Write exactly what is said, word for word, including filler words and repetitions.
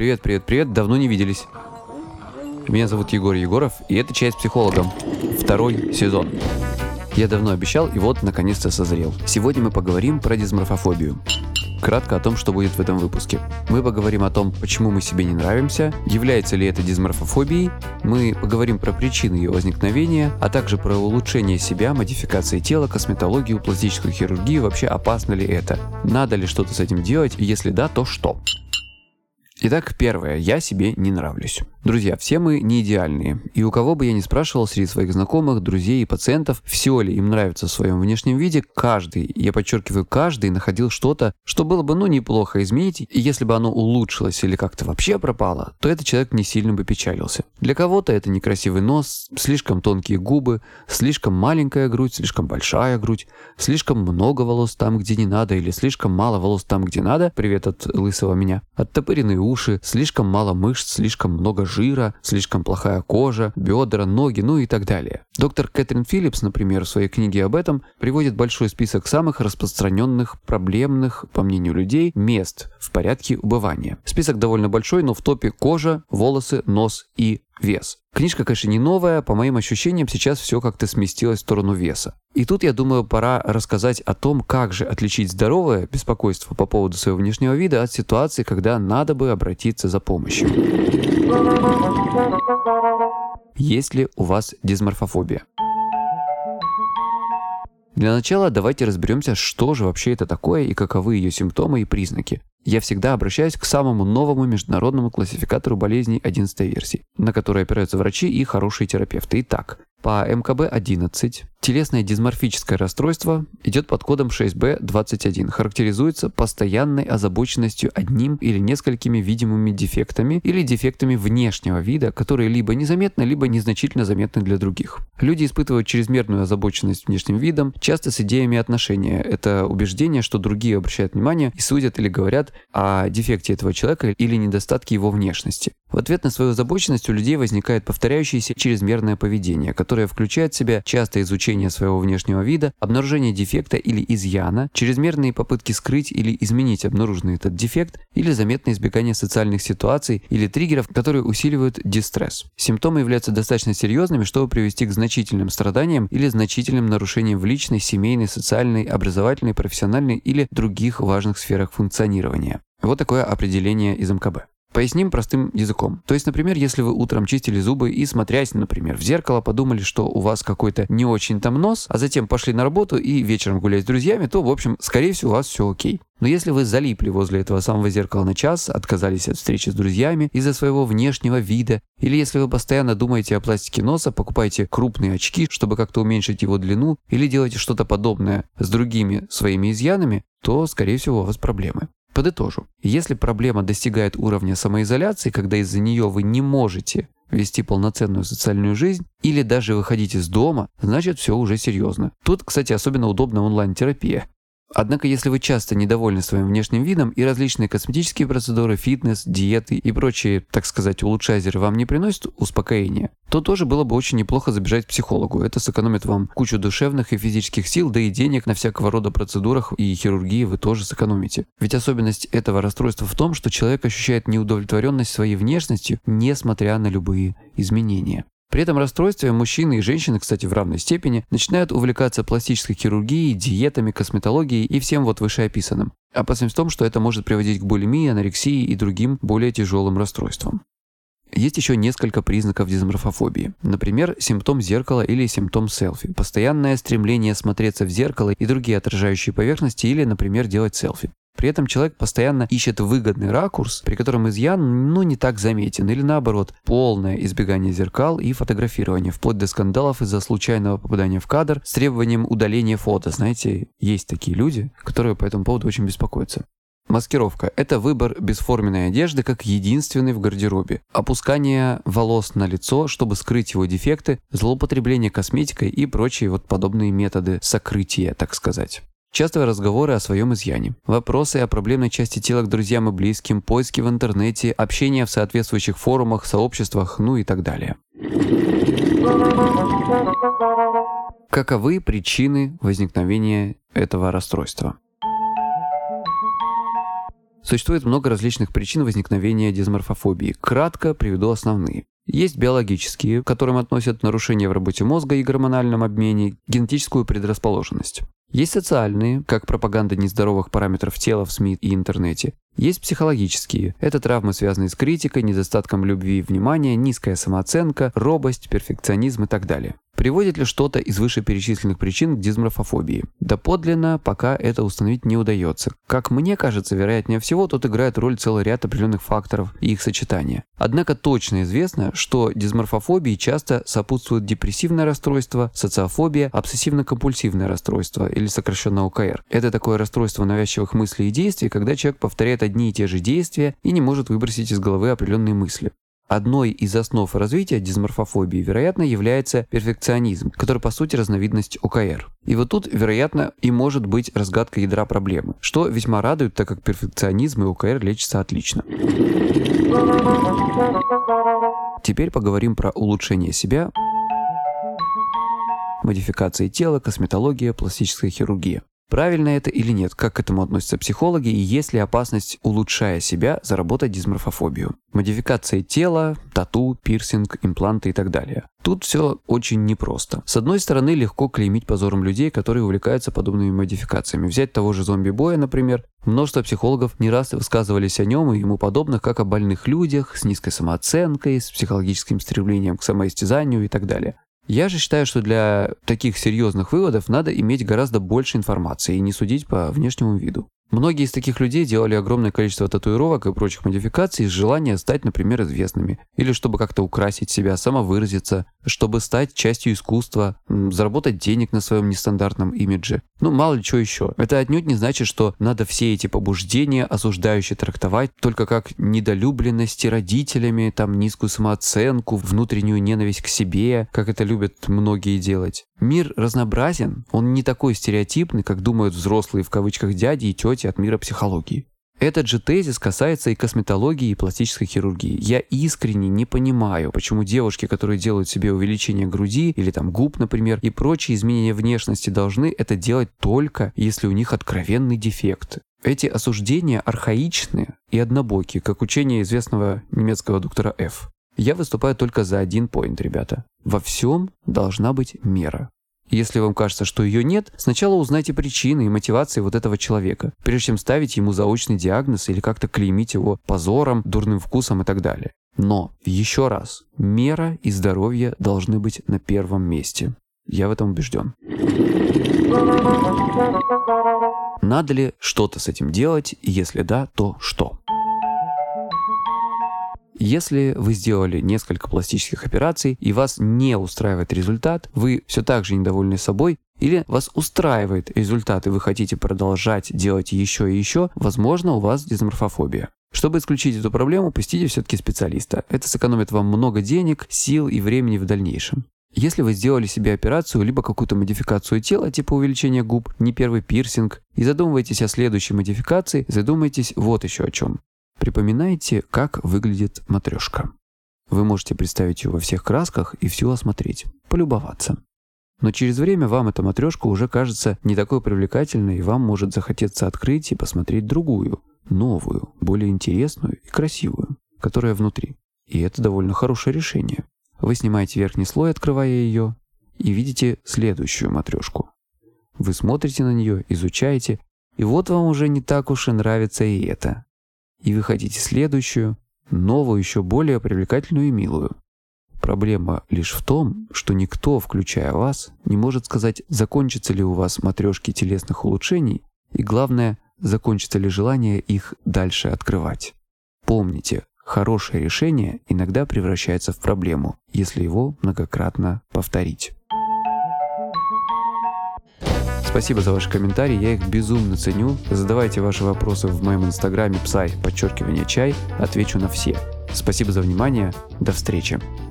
Привет, привет, привет, давно не виделись. Меня зовут Егор Егоров, и это «Чай с психологом», второй сезон. Я давно обещал, и вот, наконец-то созрел. Сегодня мы поговорим про дисморфофобию. Кратко о том, что будет в этом выпуске. Мы поговорим о том, почему мы себе не нравимся, является ли это дисморфофобией, мы поговорим про причины ее возникновения, а также про улучшение себя, модификации тела, косметологию, пластическую хирургию, вообще опасно ли это, надо ли что-то с этим делать, и если да, то что. Итак, первое. Я себе не нравлюсь. Друзья, все мы не идеальные. И у кого бы я ни спрашивал среди своих знакомых, друзей и пациентов, все ли им нравится в своем внешнем виде, каждый, я подчеркиваю, каждый находил что-то, что было бы, ну, неплохо изменить, и если бы оно улучшилось или как-то вообще пропало, то этот человек не сильно бы печалился. Для кого-то это некрасивый нос, слишком тонкие губы, слишком маленькая грудь, слишком большая грудь, слишком много волос там, где не надо, или слишком мало волос там, где надо, привет от лысого меня, оттопыренные уши, слишком мало мышц, слишком много жира, слишком плохая кожа, бедра, ноги, ну и так далее. Доктор Кэтрин Филлипс, например, в своей книге об этом приводит большой список самых распространенных, проблемных, по мнению людей, мест в порядке убывания. Список довольно большой, но в топе кожа, волосы, нос и вес. Книжка, конечно, не новая, по моим ощущениям, сейчас все как-то сместилось в сторону веса. И тут, я думаю, пора рассказать о том, как же отличить здоровое беспокойство по поводу своего внешнего вида от ситуации, когда надо бы обратиться за помощью. Есть ли у вас дисморфофобия? Для начала давайте разберемся, что же вообще это такое и каковы ее симптомы и признаки. Я всегда обращаюсь к самому новому международному классификатору болезней одиннадцатой версии, на который опираются врачи и хорошие терапевты. Итак, по эм ка бэ одиннадцать телесное дисморфическое расстройство идет под кодом шесть бэ двадцать один, характеризуется постоянной озабоченностью одним или несколькими видимыми дефектами или дефектами внешнего вида, которые либо незаметны, либо незначительно заметны для других. Люди испытывают чрезмерную озабоченность внешним видом, часто с идеями отношения. Это убеждение, что другие обращают внимание и судят или говорят о дефекте этого человека или недостатке его внешности. В ответ на свою озабоченность у людей возникает повторяющееся чрезмерное поведение, которое включает в себя частое изучение своего внешнего вида, обнаружение дефекта или изъяна, чрезмерные попытки скрыть или изменить обнаруженный этот дефект, или заметное избегание социальных ситуаций или триггеров, которые усиливают дистресс. Симптомы являются достаточно серьезными, чтобы привести к значительным страданиям или значительным нарушениям в личной, семейной, социальной, образовательной, профессиональной или других важных сферах функционирования. Вот такое определение из эм ка бэ. Поясним простым языком. То есть, например, если вы утром чистили зубы и, смотрясь, например, в зеркало, подумали, что у вас какой-то не очень там нос, а затем пошли на работу и вечером гулять с друзьями, то, в общем, скорее всего, у вас все окей. Но если вы залипли возле этого самого зеркала на час, отказались от встречи с друзьями из-за своего внешнего вида, или если вы постоянно думаете о пластике носа, покупаете крупные очки, чтобы как-то уменьшить его длину, или делаете что-то подобное с другими своими изъянами, то, скорее всего, у вас проблемы. Подытожу. Если проблема достигает уровня самоизоляции, когда из-за нее вы не можете вести полноценную социальную жизнь или даже выходить из дома, значит все уже серьезно. Тут, кстати, особенно удобна онлайн-терапия. Однако, если вы часто недовольны своим внешним видом и различные косметические процедуры, фитнес, диеты и прочие, так сказать, улучшайзеры вам не приносят успокоения, то тоже было бы очень неплохо забежать к психологу. Это сэкономит вам кучу душевных и физических сил, да и денег на всякого рода процедурах и хирургии вы тоже сэкономите. Ведь особенность этого расстройства в том, что человек ощущает неудовлетворенность своей внешностью, несмотря на любые изменения. При этом расстройстве мужчины и женщины, кстати, в равной степени, начинают увлекаться пластической хирургией, диетами, косметологией и всем вот вышеописанным. Опасность в том, что это может приводить к булимии, анорексии и другим более тяжелым расстройствам. Есть еще несколько признаков дисморфофобии. Например, симптом зеркала или симптом селфи. Постоянное стремление смотреться в зеркало и другие отражающие поверхности или, например, делать селфи. При этом человек постоянно ищет выгодный ракурс, при котором изъян ну не так заметен, или наоборот, полное избегание зеркал и фотографирования, вплоть до скандалов из-за случайного попадания в кадр с требованием удаления фото. Знаете, есть такие люди, которые по этому поводу очень беспокоятся. Маскировка – это выбор бесформенной одежды как единственный в гардеробе. Опускание волос на лицо, чтобы скрыть его дефекты, злоупотребление косметикой и прочие вот подобные методы сокрытия, так сказать. Частые разговоры о своем изъяне, вопросы о проблемной части тела к друзьям и близким, поиски в интернете, общение в соответствующих форумах, сообществах, ну и так далее. Каковы причины возникновения этого расстройства? Существует много различных причин возникновения дисморфофобии. Кратко приведу основные. Есть биологические, к которым относят нарушения в работе мозга и гормональном обмене, генетическую предрасположенность. Есть социальные, как пропаганда нездоровых параметров тела в СМИ и интернете. Есть психологические. Это травмы, связанные с критикой, недостатком любви и внимания, низкая самооценка, робость, перфекционизм и так далее. Приводит ли что-то из вышеперечисленных причин к дисморфофобии? Доподлинно пока это установить не удается. Как мне кажется, вероятнее всего, тут играет роль целый ряд определенных факторов и их сочетания. Однако точно известно, что дисморфофобии часто сопутствуют депрессивное расстройство, социофобия, обсессивно-компульсивное расстройство или сокращенно о ка эр. Это такое расстройство навязчивых мыслей и действий, когда человек повторяет одни и те же действия и не может выбросить из головы определенные мысли. Одной из основ развития дисморфофобии, вероятно, является перфекционизм, который по сути разновидность о ка эр. И вот тут, вероятно, и может быть разгадка ядра проблемы, что весьма радует, так как перфекционизм и о ка эр лечатся отлично. Теперь поговорим про улучшение себя, модификации тела, косметология, пластическая хирургия. Правильно это или нет, как к этому относятся психологи и есть ли опасность, улучшая себя, заработать дисморфофобию. Модификация тела, тату, пирсинг, импланты и так далее. Тут все очень непросто. С одной стороны, легко клеймить позором людей, которые увлекаются подобными модификациями. Взять того же зомби-боя, например. Множество психологов не раз высказывались о нем и ему подобных, как о больных людях, с низкой самооценкой, с психологическим стремлением к самоистязанию и так далее. Я же считаю, что для таких серьезных выводов надо иметь гораздо больше информации и не судить по внешнему виду. Многие из таких людей делали огромное количество татуировок и прочих модификаций из желания стать, например, известными, или чтобы как-то украсить себя, самовыразиться, чтобы стать частью искусства, заработать денег на своем нестандартном имидже. Ну, мало ли что еще. Это отнюдь не значит, что надо все эти побуждения осуждающие трактовать только как недолюбленности родителями, там низкую самооценку, внутреннюю ненависть к себе, как это любят многие делать. Мир разнообразен, он не такой стереотипный, как думают взрослые в кавычках дяди и тети от мира психологии. Этот же тезис касается и косметологии, и пластической хирургии. Я искренне не понимаю, почему девушки, которые делают себе увеличение груди или там губ, например, и прочие изменения внешности, должны это делать только, если у них откровенный дефект. Эти осуждения архаичны и однобокие, как учение известного немецкого доктора Ф. Я выступаю только за один поинт, ребята. Во всем должна быть мера. Если вам кажется, что ее нет, сначала узнайте причины и мотивации вот этого человека, прежде чем ставить ему заочный диагноз или как-то клеймить его позором, дурным вкусом и так далее. Но, еще раз, мера и здоровье должны быть на первом месте. Я в этом убежден. Надо ли что-то с этим делать? И если да, то что? Если вы сделали несколько пластических операций и вас не устраивает результат, вы все так же недовольны собой, или вас устраивает результат и вы хотите продолжать делать еще и еще, возможно, у вас дисморфофобия. Чтобы исключить эту проблему, посетите все-таки специалиста. Это сэкономит вам много денег, сил и времени в дальнейшем. Если вы сделали себе операцию, либо какую-то модификацию тела, типа увеличения губ, не первый пирсинг, и задумываетесь о следующей модификации, задумайтесь вот еще о чем. Припоминайте, как выглядит матрешка. Вы можете представить ее во всех красках и всю осмотреть, полюбоваться. Но через время вам эта матрешка уже кажется не такой привлекательной, и вам может захотеться открыть и посмотреть другую, новую, более интересную и красивую, которая внутри. И это довольно хорошее решение. Вы снимаете верхний слой, открывая ее, и видите следующую матрешку. Вы смотрите на нее, изучаете, и вот вам уже не так уж и нравится и это. И вы хотите следующую, новую, еще более привлекательную и милую. Проблема лишь в том, что никто, включая вас, не может сказать, закончатся ли у вас матрешки телесных улучшений, и главное, закончится ли желание их дальше открывать. Помните, хорошее решение иногда превращается в проблему, если его многократно повторить. Спасибо за ваши комментарии, я их безумно ценю. Задавайте ваши вопросы в моем инстаграме псай, подчеркивание чай, отвечу на все. Спасибо за внимание, до встречи.